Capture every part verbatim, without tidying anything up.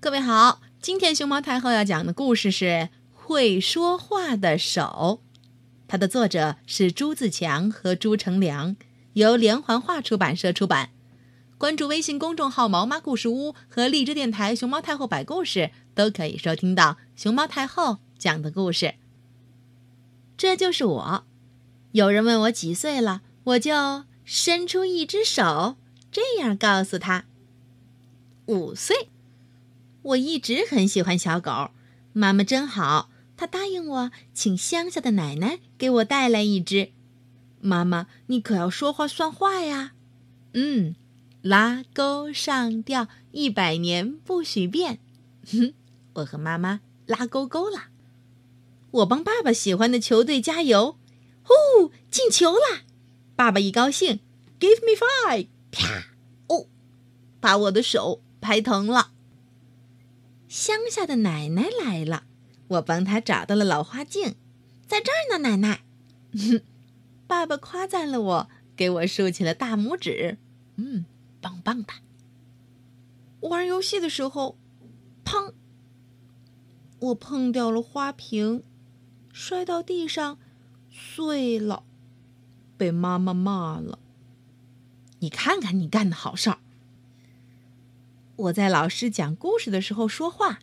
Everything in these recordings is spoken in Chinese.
各位好，今天熊猫太后要讲的故事是《会说话的手》，它的作者是朱自强和朱成良，由连环画出版社出版。关注微信公众号毛妈故事屋和荔枝电台熊猫太后摆故事，都可以收听到熊猫太后讲的故事。这就是我，有人问我几岁了，我就伸出一只手，这样告诉他：五岁。我一直很喜欢小狗，妈妈真好，她答应我请乡下的奶奶给我带来一只。妈妈，你可要说话算话呀。嗯，拉钩上吊，一百年不许变。哼，我和妈妈拉勾勾了。我帮爸爸喜欢的球队加油，呼，进球了！爸爸一高兴 ，Give me five， 啪，哦，把我的手拍疼了。乡下的奶奶来了，我帮她找到了老花镜，在这儿呢，奶奶。爸爸夸赞了我，给我竖起了大拇指。嗯，棒棒的。玩游戏的时候，砰！我碰掉了花瓶，摔到地上，碎了，被妈妈骂了。你看看你干的好事儿！我在老师讲故事的时候说话，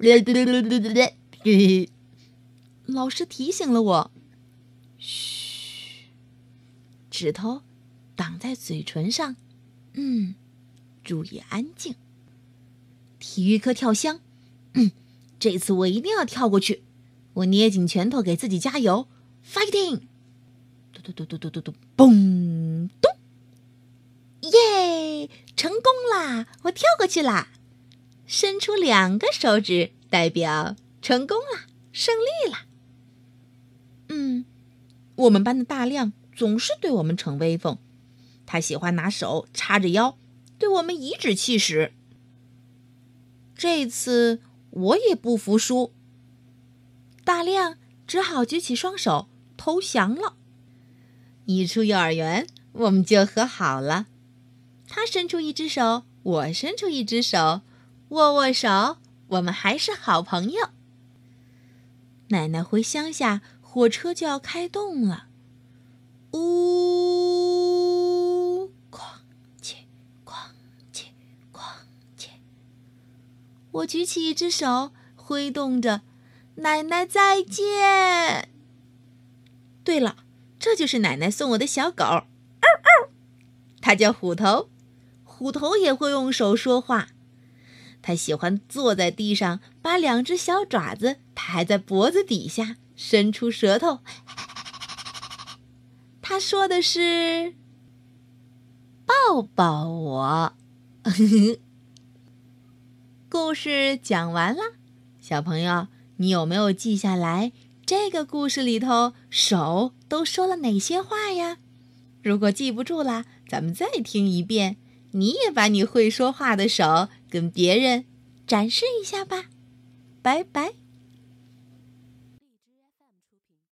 老师提醒了我，嘘，指头挡在嘴唇上，嗯，注意安静。体育课跳箱，嗯，这次我一定要跳过去。我捏紧拳头给自己加油 ，fighting！ 嘟嘟嘟嘟嘟嘟嘟，嘣咚！耶，成功啦！我跳过去啦！伸出两个手指，代表成功啦，胜利啦。嗯，我们班的大亮总是对我们逞威风，他喜欢拿手叉着腰，对我们颐指气使。这次我也不服输，大亮只好举起双手投降了。一出幼儿园，我们就和好了。他伸出一只手，我伸出一只手，握握手，我们还是好朋友。奶奶回乡下，火车就要开动了。呜，哐切，哐切，哐切。我举起一只手，挥动着，奶奶再见。对了，这就是奶奶送我的小狗，嗷嗷，它叫虎头。虎头也会用手说话，他喜欢坐在地上，把两只小爪子抬在脖子底下，伸出舌头。他说的是抱抱我。故事讲完了，小朋友，你有没有记下来这个故事里头手都说了哪些话呀？如果记不住啦，咱们再听一遍，你也把你会说话的手跟别人展示一下吧。拜拜。